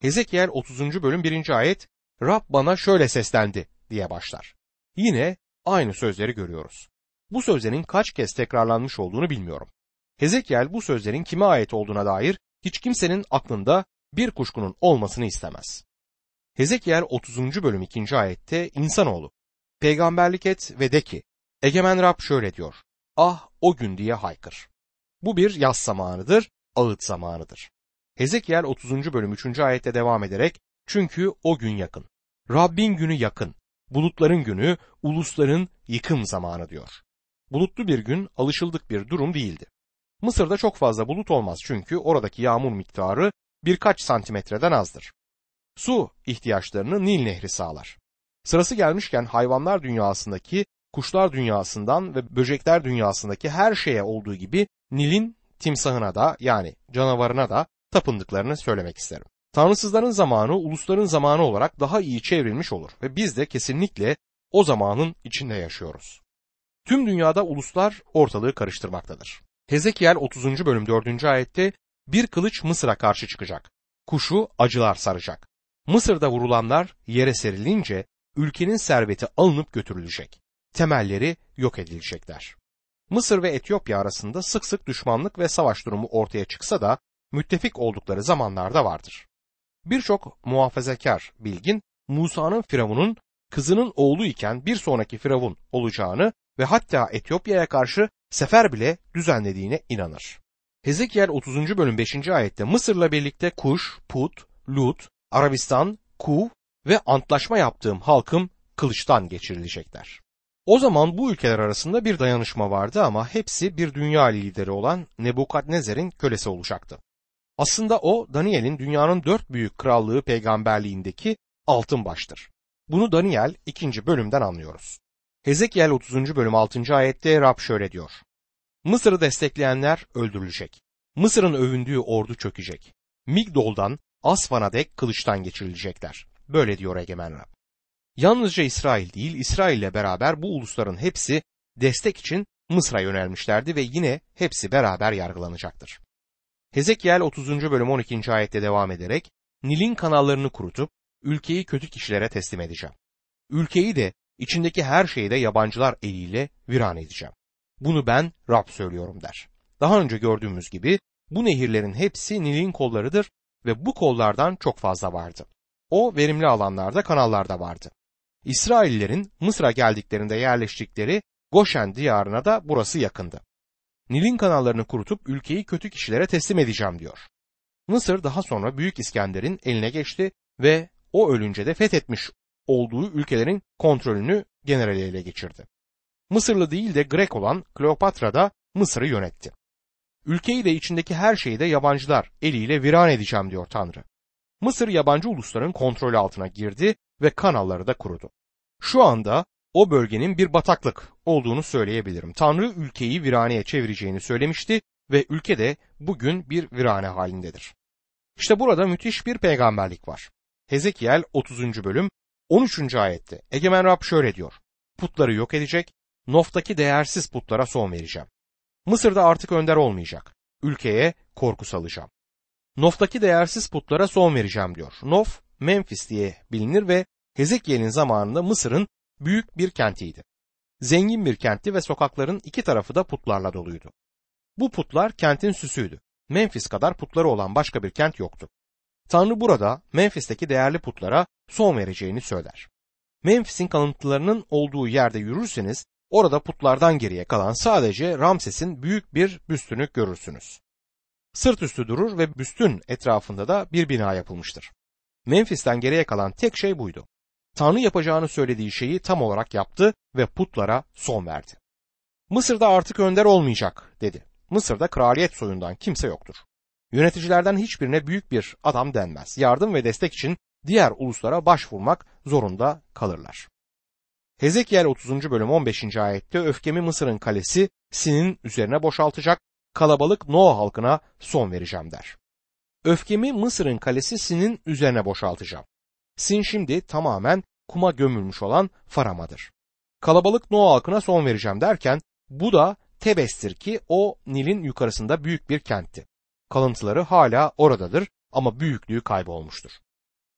Hezekiel 30. bölüm 1. ayet, Rab bana şöyle seslendi diye başlar. Yine aynı sözleri görüyoruz. Bu sözlerin kaç kez tekrarlanmış olduğunu bilmiyorum. Hezekiel bu sözlerin kime ait olduğuna dair hiç kimsenin aklında bir kuşkunun olmasını istemez. Hezekiel 30. bölüm 2. ayette insanoğlu, peygamberlik et ve de ki, Egemen Rab şöyle diyor, ah o gün diye haykır. Bu bir yaz zamanıdır, ağıt zamanıdır. Hezekiel 30. bölüm 3. ayette devam ederek, çünkü o gün yakın. Rabbin günü yakın, bulutların günü, ulusların yıkım zamanı diyor. Bulutlu bir gün alışıldık bir durum değildi. Mısır'da çok fazla bulut olmaz çünkü oradaki yağmur miktarı birkaç santimetreden azdır. Su ihtiyaçlarını Nil Nehri sağlar. Sırası gelmişken hayvanlar dünyasındaki, kuşlar dünyasından ve böcekler dünyasındaki her şeye olduğu gibi Nil'in timsahına da yani canavarına da tapındıklarını söylemek isterim. Tanrısızların zamanı ulusların zamanı olarak daha iyi çevrilmiş olur ve biz de kesinlikle o zamanın içinde yaşıyoruz. Tüm dünyada uluslar ortalığı karıştırmaktadır. Hezekiel 30. bölüm 4. ayette bir kılıç Mısır'a karşı çıkacak. Kuşu acılar saracak. Mısır'da vurulanlar yere serilince ülkenin serveti alınıp götürülecek. Temelleri yok edilecekler. Mısır ve Etiyopya arasında sık sık düşmanlık ve savaş durumu ortaya çıksa da müttefik oldukları zamanlarda vardır. Birçok muhafazakar bilgin Musa'nın Firavun'un kızının oğlu iken bir sonraki Firavun olacağını ve hatta Etiyopya'ya karşı sefer bile düzenlediğine inanır. Hezekiel 30. bölüm 5. ayette Mısır'la birlikte Kuş, Put, Lut, Arabistan, Kuv ve antlaşma yaptığım halkım kılıçtan geçirilecekler. O zaman bu ülkeler arasında bir dayanışma vardı ama hepsi bir dünya lideri olan Nebukadnezer'in kölesi olacaktı. Aslında o Daniel'in dünyanın 4 büyük krallığı peygamberliğindeki altın baştır. Bunu Daniel 2. bölümden anlıyoruz. Hezekiel 30. bölüm 6. ayette Rab şöyle diyor. Mısır'ı destekleyenler öldürülecek. Mısır'ın övündüğü ordu çökecek. Migdol'dan Asvan'a dek kılıçtan geçirilecekler. Böyle diyor Egemen Rab. Yalnızca İsrail değil, İsrail ile beraber bu ulusların hepsi destek için Mısır'a yönelmişlerdi ve yine hepsi beraber yargılanacaktır. Hezekiel 30. bölüm 12. ayette devam ederek Nil'in kanallarını kurutup ülkeyi kötü kişilere teslim edeceğim. Ülkeyi de içindeki her şeyi de yabancılar eliyle viran edeceğim. Bunu ben Rab söylüyorum der. Daha önce gördüğümüz gibi bu nehirlerin hepsi Nil'in kollarıdır ve bu kollardan çok fazla vardı. O verimli alanlarda, kanallarda vardı. İsraillerin Mısır'a geldiklerinde yerleştikleri Goşen diyarına da burası yakındı. Nil'in kanallarını kurutup ülkeyi kötü kişilere teslim edeceğim diyor. Mısır daha sonra Büyük İskender'in eline geçti ve o ölünce de fethetmiş olduğu ülkelerin kontrolünü generali ele geçirdi. Mısırlı değil de Grek olan Kleopatra da Mısır'ı yönetti. Ülkeyi de içindeki her şeyi de yabancılar eliyle viran edeceğim diyor Tanrı. Mısır yabancı ulusların kontrolü altına girdi ve kanalları da kurudu. Şu anda o bölgenin bir bataklık olduğunu söyleyebilirim. Tanrı ülkeyi viraneye çevireceğini söylemişti ve ülke de bugün bir virane halindedir. İşte burada müthiş bir peygamberlik var. Hezekiel 30. bölüm 13. ayette Egemen Rab şöyle diyor. Putları yok edecek, Nof'taki değersiz putlara son vereceğim. Mısır'da artık önder olmayacak. Ülkeye korku salacağım. Nof'taki değersiz putlara son vereceğim diyor. Nof, Memphis diye bilinir ve Hezekiel'in zamanında Mısır'ın büyük bir kentiydi. Zengin bir kentti ve sokakların iki tarafı da putlarla doluydu. Bu putlar kentin süsüydü. Memphis kadar putları olan başka bir kent yoktu. Tanrı burada Memphis'teki değerli putlara son vereceğini söyler. Memphis'in kalıntılarının olduğu yerde yürürseniz orada putlardan geriye kalan sadece Ramses'in büyük bir büstünü görürsünüz. Sırt üstü durur ve büstün etrafında da bir bina yapılmıştır. Memphis'ten geriye kalan tek şey buydu. Tanrı yapacağını söylediği şeyi tam olarak yaptı ve putlara son verdi. Mısır'da artık önder olmayacak dedi. Mısır'da kraliyet soyundan kimse yoktur. Yöneticilerden hiçbirine büyük bir adam denmez. Yardım ve destek için diğer uluslara başvurmak zorunda kalırlar. Hezekiel 30. bölüm 15. ayette öfkemi Mısır'ın kalesi Sin'in üzerine boşaltacak, kalabalık Noa halkına son vereceğim der. Öfkemi Mısır'ın kalesi Sin'in üzerine boşaltacağım. Sin şimdi tamamen kuma gömülmüş olan Farama'dır. Kalabalık Noa halkına son vereceğim derken bu da Tebes'tir ki o Nil'in yukarısında büyük bir kentti. Kalıntıları hala oradadır ama büyüklüğü kaybolmuştur.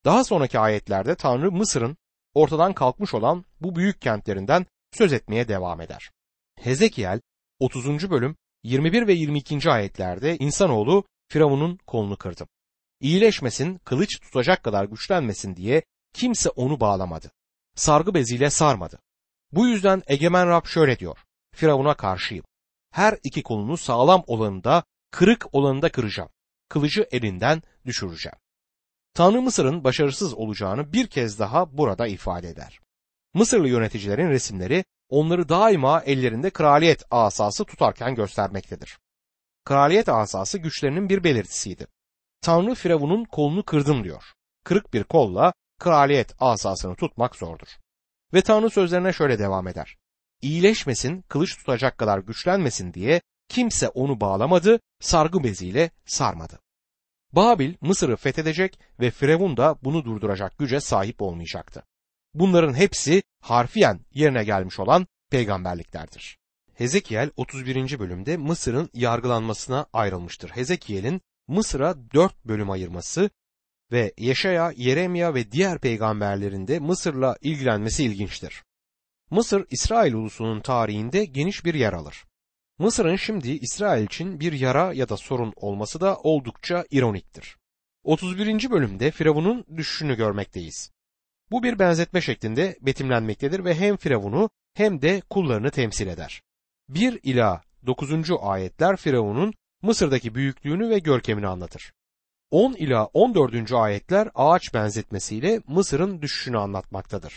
Daha sonraki ayetlerde Tanrı Mısır'ın ortadan kalkmış olan bu büyük kentlerinden söz etmeye devam eder. Hezekiel 30. bölüm 21 ve 22. ayetlerde insanoğlu Firavun'un kolunu kırdı. İyileşmesin, kılıç tutacak kadar güçlenmesin diye kimse onu bağlamadı. Sargı beziyle sarmadı. Bu yüzden egemen Rab şöyle diyor: Firavun'a karşıyım. Her iki kolunu sağlam olanı da kırık olanı da kıracağım. Kılıcı elinden düşüreceğim. Tanrı Mısır'ın başarısız olacağını bir kez daha burada ifade eder. Mısırlı yöneticilerin resimleri onları daima ellerinde kraliyet asası tutarken göstermektedir. Kraliyet asası güçlerinin bir belirtisiydi. Tanrı Firavun'un kolunu kırdım diyor. Kırık bir kolla kraliyet asasını tutmak zordur. Ve Tanrı sözlerine şöyle devam eder: İyileşmesin, kılıç tutacak kadar güçlenmesin diye kimse onu bağlamadı, sargı beziyle sarmadı. Babil Mısır'ı fethedecek ve Firavun da bunu durduracak güce sahip olmayacaktı. Bunların hepsi harfiyen yerine gelmiş olan peygamberliklerdir. Hezekiel 31. bölümde Mısır'ın yargılanmasına ayrılmıştır. Hezekiel'in Mısır'a 4 bölüm ayırması ve Yeşaya, Yeremya ve diğer peygamberlerin de Mısır'la ilgilenmesi ilginçtir. Mısır, İsrail ulusunun tarihinde geniş bir yer alır. Mısır'ın şimdi İsrail için bir yara ya da sorun olması da oldukça ironiktir. 31. bölümde Firavun'un düşüşünü görmekteyiz. Bu bir benzetme şeklinde betimlenmektedir ve hem Firavun'u hem de kullarını temsil eder. 1 ila 9. ayetler Firavun'un Mısır'daki büyüklüğünü ve görkemini anlatır. 10 ila 14. ayetler ağaç benzetmesiyle Mısır'ın düşüşünü anlatmaktadır.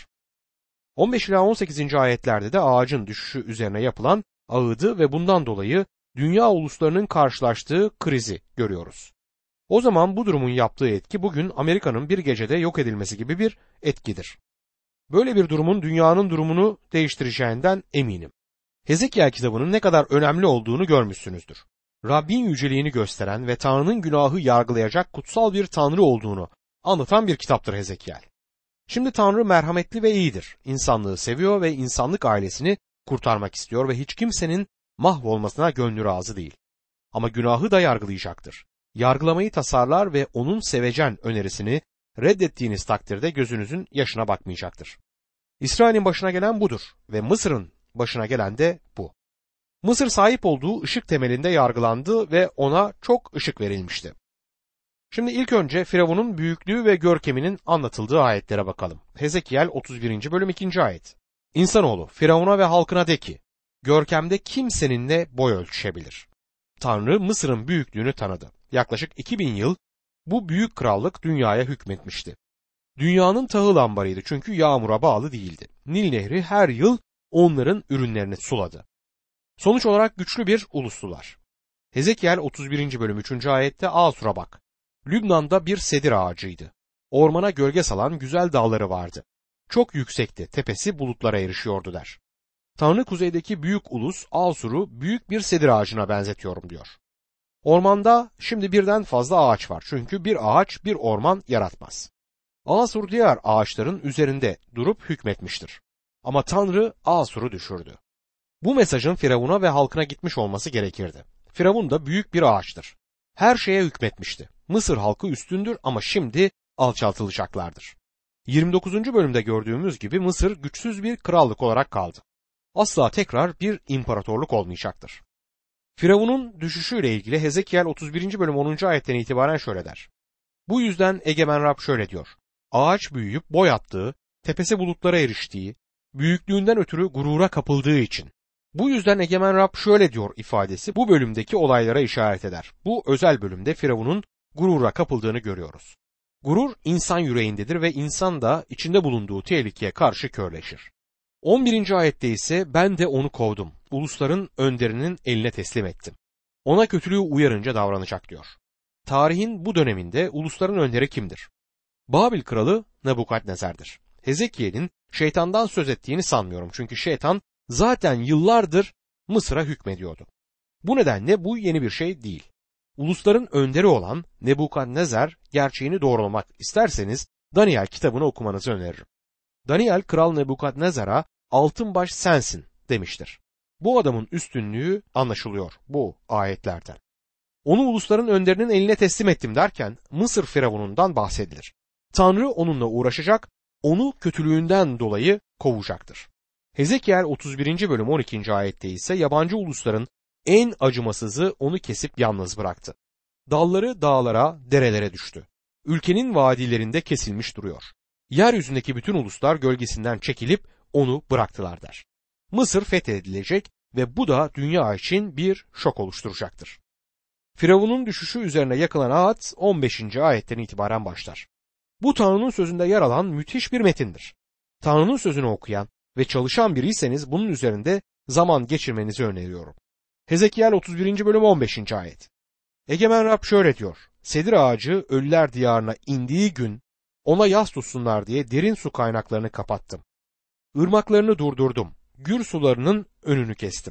15 ila 18. ayetlerde de ağacın düşüşü üzerine yapılan ağıdı ve bundan dolayı dünya uluslarının karşılaştığı krizi görüyoruz. O zaman bu durumun yaptığı etki bugün Amerika'nın bir gecede yok edilmesi gibi bir etkidir. Böyle bir durumun dünyanın durumunu değiştireceğinden eminim. Hezekiel kitabının ne kadar önemli olduğunu görmüşsünüzdür. Rabbin yüceliğini gösteren ve Tanrı'nın günahı yargılayacak kutsal bir Tanrı olduğunu anlatan bir kitaptır Hezekiel. Şimdi Tanrı merhametli ve iyidir. İnsanlığı seviyor ve insanlık ailesini kurtarmak istiyor ve hiç kimsenin mahvolmasına gönlü razı değil. Ama günahı da yargılayacaktır. Yargılamayı tasarlar ve onun sevecen önerisini reddettiğiniz takdirde gözünüzün yaşına bakmayacaktır. İsrail'in başına gelen budur ve Mısır'ın başına gelen de bu. Mısır sahip olduğu ışık temelinde yargılandı ve ona çok ışık verilmişti. Şimdi ilk önce Firavun'un büyüklüğü ve görkeminin anlatıldığı ayetlere bakalım. Hezekiel 31. bölüm 2. ayet. İnsanoğlu Firavun'a ve halkına de ki, görkemde kim seninle boy ölçüşebilir? Tanrı Mısır'ın büyüklüğünü tanıdı. Yaklaşık 2000 yıl bu büyük krallık dünyaya hükmetmişti. Dünyanın tahıl ambarıydı çünkü yağmura bağlı değildi. Nil Nehri her yıl onların ürünlerini suladı. Sonuç olarak güçlü bir ulustular. Hezekiel 31. bölüm 3. ayette Asur'a bak. Lübnan'da bir sedir ağacıydı. Ormana gölge salan güzel dalları vardı. Çok yüksekti, tepesi bulutlara erişiyordu der. Tanrı kuzeydeki büyük ulus Asur'u büyük bir sedir ağacına benzetiyorum diyor. Ormanda şimdi birden fazla ağaç var çünkü bir ağaç bir orman yaratmaz. Asur diğer ağaçların üzerinde durup hükmetmiştir. Ama Tanrı Asur'u düşürdü. Bu mesajın Firavun'a ve halkına gitmiş olması gerekirdi. Firavun da büyük bir ağaçtır. Her şeye hükmetmişti. Mısır halkı üstündür ama şimdi alçaltılacaklardır. 29. bölümde gördüğümüz gibi Mısır güçsüz bir krallık olarak kaldı. Asla tekrar bir imparatorluk olmayacaktır. Firavun'un düşüşüyle ilgili Hezekiel 31. bölüm 10. ayetten itibaren şöyle der. Bu yüzden egemen Rab şöyle diyor. Ağaç büyüyüp boy attığı, tepesi bulutlara eriştiği, büyüklüğünden ötürü gurura kapıldığı için. Bu yüzden egemen Rab şöyle diyor ifadesi bu bölümdeki olaylara işaret eder. Bu özel bölümde Firavun'un gurura kapıldığını görüyoruz. Gurur insan yüreğindedir ve insan da içinde bulunduğu tehlikeye karşı körleşir. 11. ayette ise ben de onu kovdum. Ulusların önderinin eline teslim ettim. Ona kötülüğü uyarınca davranacak diyor. Tarihin bu döneminde ulusların önderi kimdir? Babil kralı Nebukadnezar'dır. Hezekiel'in şeytandan söz ettiğini sanmıyorum çünkü şeytan zaten yıllardır Mısır'a hükmediyordu. Bu nedenle bu yeni bir şey değil. Ulusların önderi olan Nebukadnezar gerçeğini doğrulamak isterseniz Daniel kitabını okumanızı öneririm. Daniel kral Nebukadnezar'a altın baş sensin demiştir. Bu adamın üstünlüğü anlaşılıyor bu ayetlerden. Onu ulusların önderinin eline teslim ettim derken Mısır firavunundan bahsedilir. Tanrı onunla uğraşacak, onu kötülüğünden dolayı kovacaktır. Hezekiel 31. bölüm 12. ayette ise yabancı ulusların en acımasızı onu kesip yalnız bıraktı. Dalları dağlara, derelere düştü. Ülkenin vadilerinde kesilmiş duruyor. Yeryüzündeki bütün uluslar gölgesinden çekilip onu bıraktılar der. Mısır fethedilecek ve bu da dünya için bir şok oluşturacaktır. Firavun'un düşüşü üzerine yakılan ağıt 15. ayetten itibaren başlar. Bu Tanrı'nın sözünde yer alan müthiş bir metindir. Tanrı'nın sözünü okuyan ve çalışan biriyseniz bunun üzerinde zaman geçirmenizi öneriyorum. Hezekiel 31. bölüm 15. ayet. Egemen Rab şöyle diyor: Sedir ağacı ölüler diyarına indiği gün ona yas tutsunlar diye derin su kaynaklarını kapattım. Irmaklarını durdurdum. Gür sularının önünü kestim.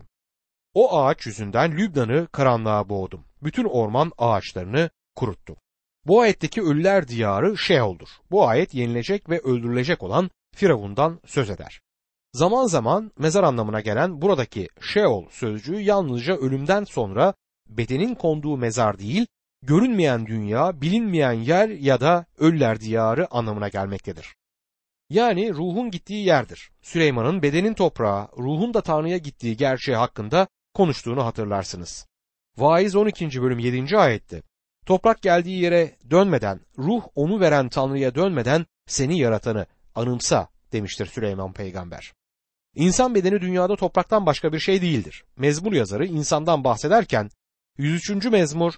O ağaç yüzünden Lübnan'ı karanlığa boğdum. Bütün orman ağaçlarını kuruttum. Bu ayetteki ölüler diyarı Şeol'dur. Bu ayet yenilecek ve öldürülecek olan Firavun'dan söz eder. Zaman zaman mezar anlamına gelen buradaki Şeol sözcüğü yalnızca ölümden sonra bedenin konduğu mezar değil, görünmeyen dünya, bilinmeyen yer ya da ölüler diyarı anlamına gelmektedir. Yani ruhun gittiği yerdir. Süleyman'ın bedenin toprağa, ruhun da Tanrı'ya gittiği gerçeği hakkında konuştuğunu hatırlarsınız. Vaiz 12. bölüm 7. ayette toprak geldiği yere dönmeden, ruh onu veren Tanrı'ya dönmeden seni yaratanı anımsa demiştir Süleyman peygamber. İnsan bedeni dünyada topraktan başka bir şey değildir. Mezmur yazarı insandan bahsederken 103. mezmur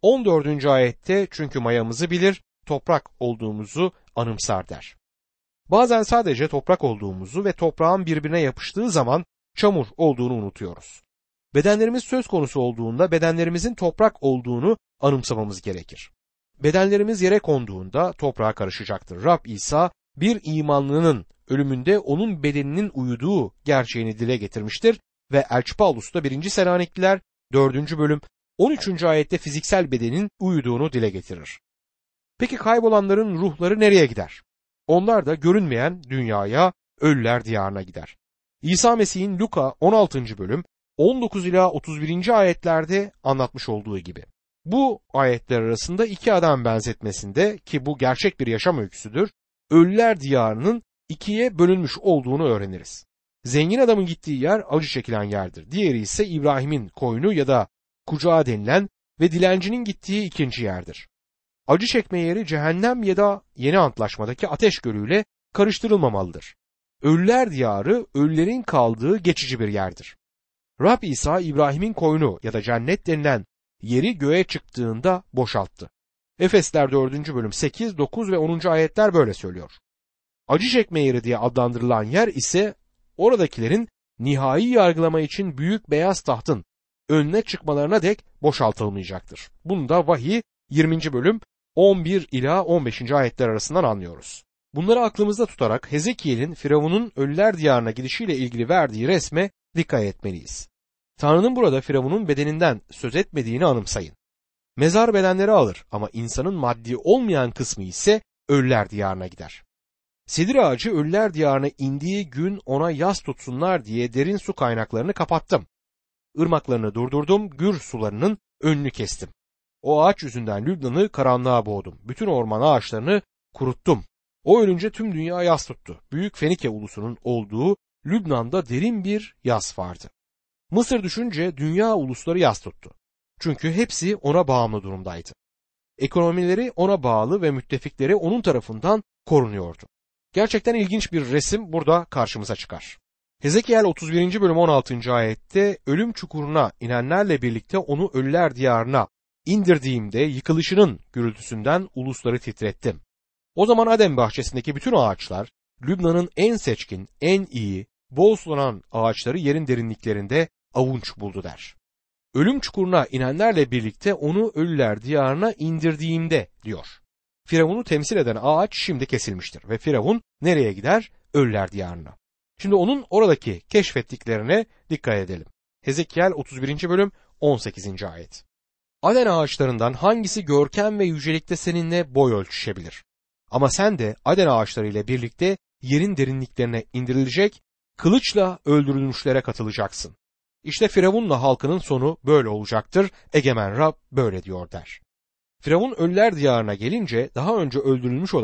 14. ayette çünkü mayamızı bilir, toprak olduğumuzu anımsar der. Bazen sadece toprak olduğumuzu ve toprağın birbirine yapıştığı zaman çamur olduğunu unutuyoruz. Bedenlerimiz söz konusu olduğunda bedenlerimizin toprak olduğunu anımsamamız gerekir. Bedenlerimiz yere konduğunda toprağa karışacaktır. Rab İsa bir imanlının ölümünde onun bedeninin uyuduğu gerçeğini dile getirmiştir ve Elçi Paulus da 1. Selanikliler 4. bölüm 13. ayette fiziksel bedenin uyuduğunu dile getirir. Peki kaybolanların ruhları nereye gider? Onlar da görünmeyen dünyaya, ölüler diyarına gider. İsa Mesih'in Luka 16. bölüm 19 ila 31. ayetlerde anlatmış olduğu gibi. Bu ayetler arasında iki adam benzetmesinde ki bu gerçek bir yaşam öyküsüdür, ölüler diyarının ikiye bölünmüş olduğunu öğreniriz. Zengin adamın gittiği yer acı çekilen yerdir. Diğeri ise İbrahim'in koynu ya da kucağı denilen ve dilencinin gittiği ikinci yerdir. Acı çekme yeri cehennem ya da yeni antlaşmadaki ateş gölüyle karıştırılmamalıdır. Ölüler diyarı ölülerin kaldığı geçici bir yerdir. Rab İsa İbrahim'in koynu ya da cennet denilen yeri göğe çıktığında boşalttı. Efesler 4. bölüm 8, 9 ve 10. ayetler böyle söylüyor. Acı çekme yeri diye adlandırılan yer ise oradakilerin nihai yargılama için büyük beyaz tahtın önüne çıkmalarına dek boşaltılmayacaktır. Bunu da Vahiy 20. bölüm 11 ila 15. ayetler arasından anlıyoruz. Bunları aklımızda tutarak Hezekiel'in Firavun'un ölüler diyarına gidişiyle ilgili verdiği resme dikkat etmeliyiz. Tanrı'nın burada Firavun'un bedeninden söz etmediğini anımsayın. Mezar bedenleri alır ama insanın maddi olmayan kısmı ise ölüler diyarına gider. Sedir ağacı ölüler diyarına indiği gün ona yas tutsunlar diye derin su kaynaklarını kapattım. Irmaklarını durdurdum, gür sularının önünü kestim. O ağaç yüzünden Lübnan'ı karanlığa boğdum. Bütün orman ağaçlarını kuruttum. O ölünce tüm dünya yas tuttu. Büyük Fenike ulusunun olduğu Lübnan'da derin bir yas vardı. Mısır düşünce dünya ulusları yas tuttu. Çünkü hepsi ona bağımlı durumdaydı. Ekonomileri ona bağlı ve müttefikleri onun tarafından korunuyordu. Gerçekten ilginç bir resim burada karşımıza çıkar. Hezekiel 31. bölüm 16. ayette ölüm çukuruna inenlerle birlikte onu ölüler diyarına indirdiğimde yıkılışının gürültüsünden ulusları titrettim. O zaman Adem bahçesindeki bütün ağaçlar, Lübnan'ın en seçkin, en iyi, bol sulanan ağaçları yerin derinliklerinde avunç buldu der. Ölüm çukuruna inenlerle birlikte onu ölüler diyarına indirdiğimde diyor. Firavun'u temsil eden ağaç şimdi kesilmiştir ve Firavun nereye gider? Ölüler diyarına. Şimdi onun oradaki keşfettiklerine dikkat edelim. Hezekiel 31. bölüm 18. ayet. Aden ağaçlarından hangisi görkem ve yücelikte seninle boy ölçüşebilir? Ama sen de Aden ağaçları ile birlikte yerin derinliklerine indirilecek, kılıçla öldürülmüşlere katılacaksın. İşte Firavun'la halkının sonu böyle olacaktır. Egemen Rab böyle diyor der. Firavun ölüler diyarına gelince daha önce öldürülmüş olan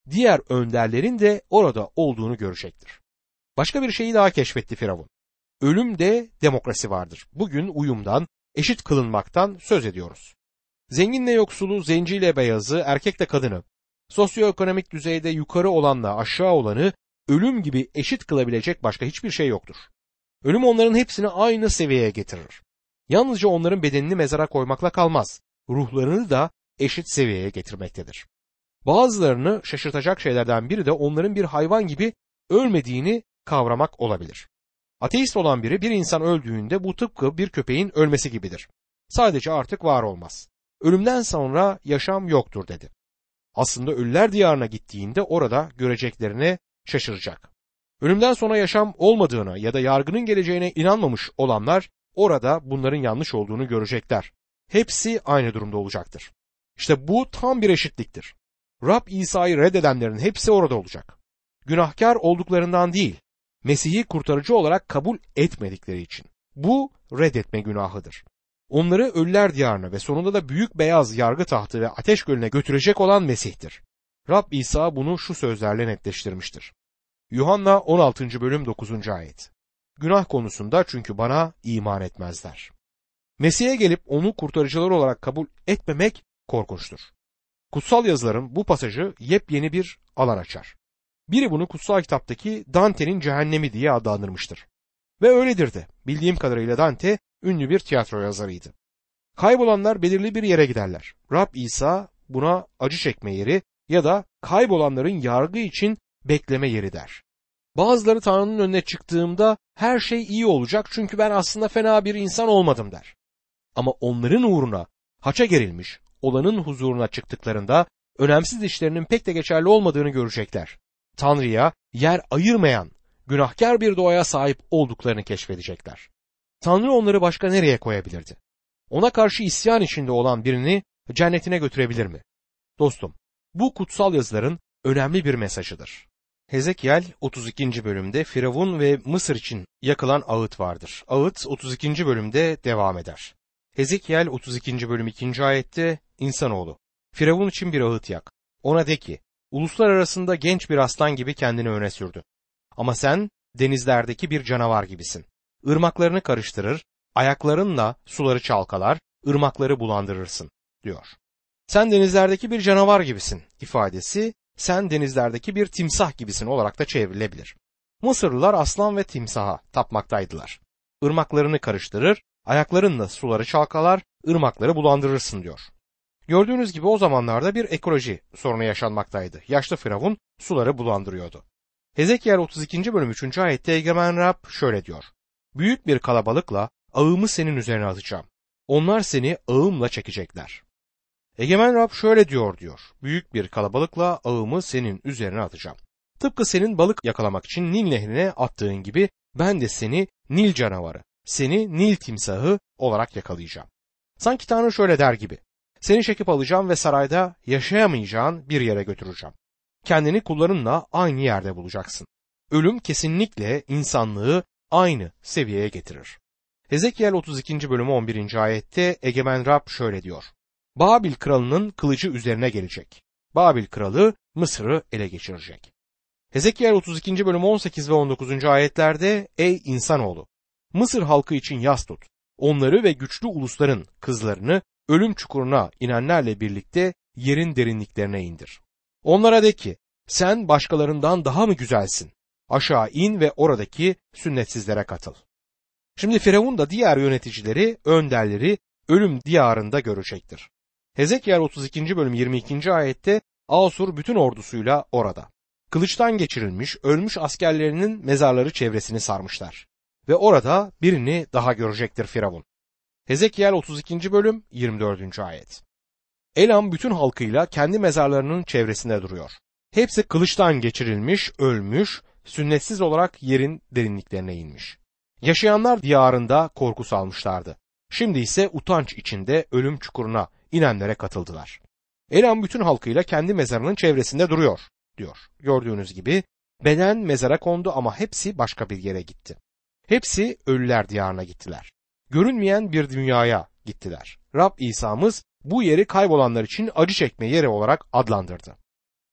diğer önderlerin de orada olduğunu görecektir. Başka bir şeyi daha keşfetti Firavun. Ölümde demokrasi vardır. Bugün uyumdan, eşit kılınmaktan söz ediyoruz. Zenginle yoksulu, zenciyle beyazı, erkekle kadını, sosyoekonomik düzeyde yukarı olanla aşağı olanı ölüm gibi eşit kılabilecek başka hiçbir şey yoktur. Ölüm onların hepsini aynı seviyeye getirir. Yalnızca onların bedenini mezara koymakla kalmaz, ruhlarını da eşit seviyeye getirmektedir. Bazılarını şaşırtacak şeylerden biri de onların bir hayvan gibi ölmediğini kavramak olabilir. Ateist olan biri bir insan öldüğünde bu tıpkı bir köpeğin ölmesi gibidir. Sadece artık var olmaz. Ölümden sonra yaşam yoktur dedi. Aslında ölüler diyarına gittiğinde orada göreceklerine şaşıracak. Ölümden sonra yaşam olmadığına ya da yargının geleceğine inanmamış olanlar orada bunların yanlış olduğunu görecekler. Hepsi aynı durumda olacaktır. İşte bu tam bir eşitliktir. Rab İsa'yı reddedenlerin hepsi orada olacak. Günahkar olduklarından değil, Mesih'i kurtarıcı olarak kabul etmedikleri için. Bu reddetme günahıdır. Onları ölüler diyarına ve sonunda da büyük beyaz yargı tahtı ve ateş gölüne götürecek olan Mesih'tir. Rab İsa bunu şu sözlerle netleştirmiştir. Yuhanna 16. bölüm 9. ayet. Günah konusunda çünkü bana iman etmezler. Mesih'e gelip onu kurtarıcılar olarak kabul etmemek korkunçtur. Kutsal yazıların bu pasajı yepyeni bir alan açar. Biri bunu kutsal kitaptaki Dante'nin cehennemi diye adlandırmıştır. Ve öyledir de. Bildiğim kadarıyla Dante ünlü bir tiyatro yazarıydı. Kaybolanlar belirli bir yere giderler. Rab İsa buna acı çekme yeri ya da kaybolanların yargı için bekleme yeri der. Bazıları Tanrı'nın önüne çıktığımda her şey iyi olacak çünkü ben aslında fena bir insan olmadım der. Ama onların uğruna haça gerilmiş olanın huzuruna çıktıklarında önemsiz işlerinin pek de geçerli olmadığını görecekler. Tanrı'ya yer ayırmayan günahkar bir doğaya sahip olduklarını keşfedecekler. Tanrı onları başka nereye koyabilirdi? Ona karşı isyan içinde olan birini cennetine götürebilir mi? Dostum, bu kutsal yazıların önemli bir mesajıdır. Hezekiel 32. bölümde Firavun ve Mısır için yakılan ağıt vardır. Ağıt 32. bölümde devam eder. Hezekiel 32. bölüm 2. ayette insanoğlu, Firavun için bir ağıt yak. Ona de ki, uluslar arasında genç bir aslan gibi kendini öne sürdü. Ama sen denizlerdeki bir canavar gibisin. Irmaklarını karıştırır, ayaklarınla suları çalkalar, ırmakları bulandırırsın, diyor. Sen denizlerdeki bir canavar gibisin ifadesi, sen denizlerdeki bir timsah gibisin olarak da çevrilebilir. Mısırlılar aslan ve timsaha tapmaktaydılar. Irmaklarını karıştırır, ayaklarınla suları çalkalar, ırmakları bulandırırsın diyor. Gördüğünüz gibi o zamanlarda bir ekoloji sorunu yaşanmaktaydı. Yaşlı Firavun suları bulandırıyordu. Hezekiel 32. bölüm 3. ayette Egemen Rab şöyle diyor. Büyük bir kalabalıkla ağımı senin üzerine atacağım. Onlar seni ağımla çekecekler. Egemen Rab şöyle diyor. Büyük bir kalabalıkla ağımı senin üzerine atacağım. Tıpkı senin balık yakalamak için Nil nehrine attığın gibi ben de seni Nil canavarı, seni Nil timsahı olarak yakalayacağım. Sanki Tanrı şöyle der gibi. Seni çekip alacağım ve sarayda yaşayamayacağın bir yere götüreceğim. Kendini kullarınla aynı yerde bulacaksın. Ölüm kesinlikle insanlığı aynı seviyeye getirir. Hezekiel 32. bölüm 11. ayette Egemen Rab şöyle diyor. Babil kralının kılıcı üzerine gelecek. Babil kralı Mısır'ı ele geçirecek. Hezekiel 32. bölüm 18 ve 19. ayetlerde ey insanoğlu, Mısır halkı için yas tut. Onları ve güçlü ulusların kızlarını ölüm çukuruna inenlerle birlikte yerin derinliklerine indir. Onlara de ki, sen başkalarından daha mı güzelsin? Aşağı in ve oradaki sünnetsizlere katıl. Şimdi Firavun da diğer yöneticileri, önderleri ölüm diyarında görecektir. Hezekiel 32. bölüm 22. ayette Asur bütün ordusuyla orada. Kılıçtan geçirilmiş, ölmüş askerlerinin mezarları çevresini sarmışlar. Ve orada birini daha görecektir Firavun. Hezekiel 32. bölüm 24. ayet. Elam bütün halkıyla kendi mezarlarının çevresinde duruyor. Hepsi kılıçtan geçirilmiş, ölmüş, sünnetsiz olarak yerin derinliklerine inmiş. Yaşayanlar diyarında korku salmışlardı. Şimdi ise utanç içinde ölüm çukuruna inenlere katıldılar. Elam bütün halkıyla kendi mezarının çevresinde duruyor, diyor. Gördüğünüz gibi beden mezara kondu ama hepsi başka bir yere gitti. Hepsi ölüler diyarına gittiler. Görünmeyen bir dünyaya gittiler. Rab İsa'mız bu yeri kaybolanlar için acı çekme yeri olarak adlandırdı.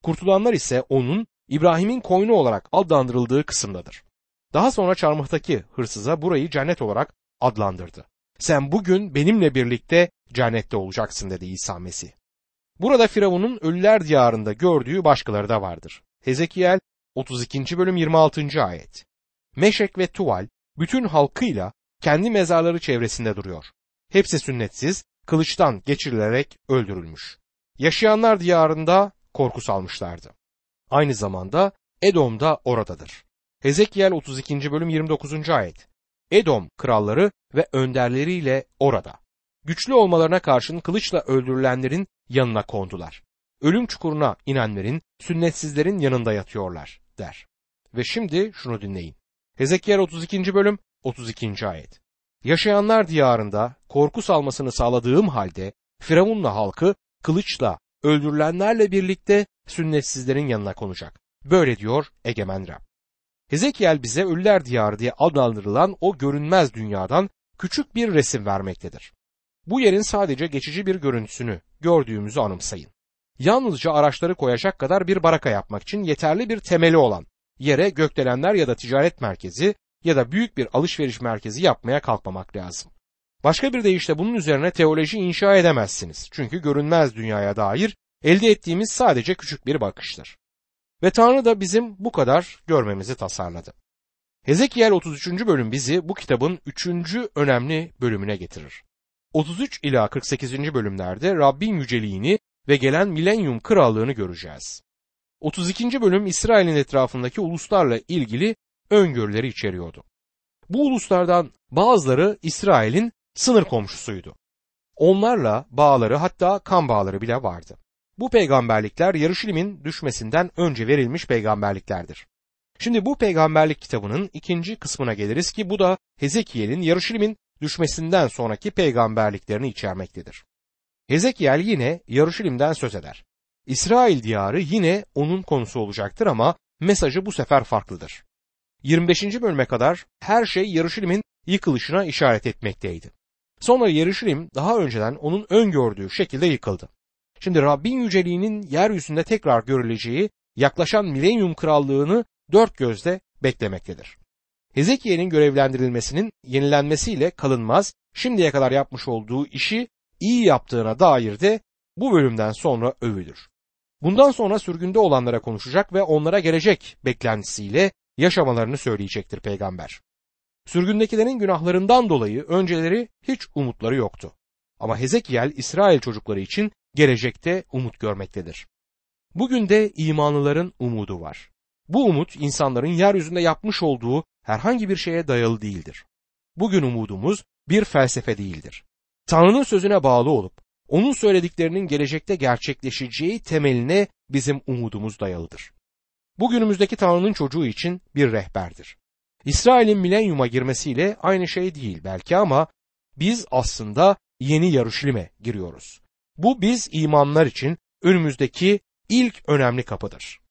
Kurtulanlar ise onun İbrahim'in koyunu olarak adlandırıldığı kısımdadır. Daha sonra çarmıhtaki hırsıza burayı cennet olarak adlandırdı. Sen bugün benimle birlikte cennette olacaksın dedi İsa Mesih. Burada Firavun'un ölüler diyarında gördüğü başkaları da vardır. Hezekiel 32. bölüm 26. ayet. Meşek ve Tuval bütün halkıyla kendi mezarları çevresinde duruyor. Hepsi sünnetsiz, kılıçtan geçirilerek öldürülmüş. Yaşayanlar diyarında korku salmışlardı. Aynı zamanda Edom da oradadır. Hezekiel 32. bölüm 29. ayet. Edom kralları ve önderleriyle orada. Güçlü olmalarına karşın kılıçla öldürülenlerin yanına kondular. Ölüm çukuruna inenlerin, sünnetsizlerin yanında yatıyorlar der. Ve şimdi şunu dinleyin. Hezekiel 32. bölüm 32. ayet. Yaşayanlar diyarında korku salmasını sağladığım halde Firavun'la halkı kılıçla öldürülenlerle birlikte sünnetsizlerin yanına konacak. Böyle diyor egemen Rab. Hezekiel bize ölüler diyarı diye adlandırılan o görünmez dünyadan küçük bir resim vermektedir. Bu yerin sadece geçici bir görüntüsünü gördüğümüzü anımsayın. Yalnızca araçları koyacak kadar bir baraka yapmak için yeterli bir temeli olan yere gökdelenler ya da ticaret merkezi ya da büyük bir alışveriş merkezi yapmaya kalkmamak lazım. Başka bir deyişle bunun üzerine teoloji inşa edemezsiniz. Çünkü görünmez dünyaya dair elde ettiğimiz sadece küçük bir bakıştır. Ve Tanrı da bizim bu kadar görmemizi tasarladı. Hezekiel 33. bölüm bizi bu kitabın 3. önemli bölümüne getirir. 33 ila 48. bölümlerde Rabbin yüceliğini ve gelen milenyum krallığını göreceğiz. 32. bölüm İsrail'in etrafındaki uluslarla ilgili öngörüleri içeriyordu. Bu uluslardan bazıları İsrail'in sınır komşusuydu. Onlarla bağları, hatta kan bağları bile vardı. Bu peygamberlikler Yarışilim'in düşmesinden önce verilmiş peygamberliklerdir. Şimdi bu peygamberlik kitabının 2. kısmına geliriz ki bu da Hezekiel'in Yarışilim'in düşmesinden sonraki peygamberliklerini içermektedir. Hezekiel yine Yarışilim'den söz eder. İsrail diyarı yine onun konusu olacaktır ama mesajı bu sefer farklıdır. 25. bölüme kadar her şey Yarışilim'in yıkılışına işaret etmekteydi. Sonra Yarışilim daha önceden onun öngördüğü şekilde yıkıldı. Şimdi Rabbin yüceliğinin yeryüzünde tekrar görüleceği yaklaşan milenyum krallığını dört gözle beklemektedir. Hezekiel'in görevlendirilmesinin yenilenmesiyle kalınmaz, şimdiye kadar yapmış olduğu işi iyi yaptığına dair de bu bölümden sonra övülür. Bundan sonra sürgünde olanlara konuşacak ve onlara gelecek beklentisiyle yaşamalarını söyleyecektir peygamber. Sürgündekilerin günahlarından dolayı önceleri hiç umutları yoktu. Ama Hezekiel İsrail çocukları için gelecekte umut görmektedir. Bugün de imanlıların umudu var. Bu umut insanların yeryüzünde yapmış olduğu herhangi bir şeye dayalı değildir. Bugün umudumuz bir felsefe değildir. Tanrı'nın sözüne bağlı olup onun söylediklerinin gelecekte gerçekleşeceği temeline bizim umudumuz dayalıdır. Bugünümüzdeki Tanrı'nın çocuğu için bir rehberdir. İsrail'in milenyuma girmesiyle aynı şey değil belki ama biz aslında yeni Yarışilim'e giriyoruz. Bu biz imanlar için önümüzdeki ilk önemli kapıdır.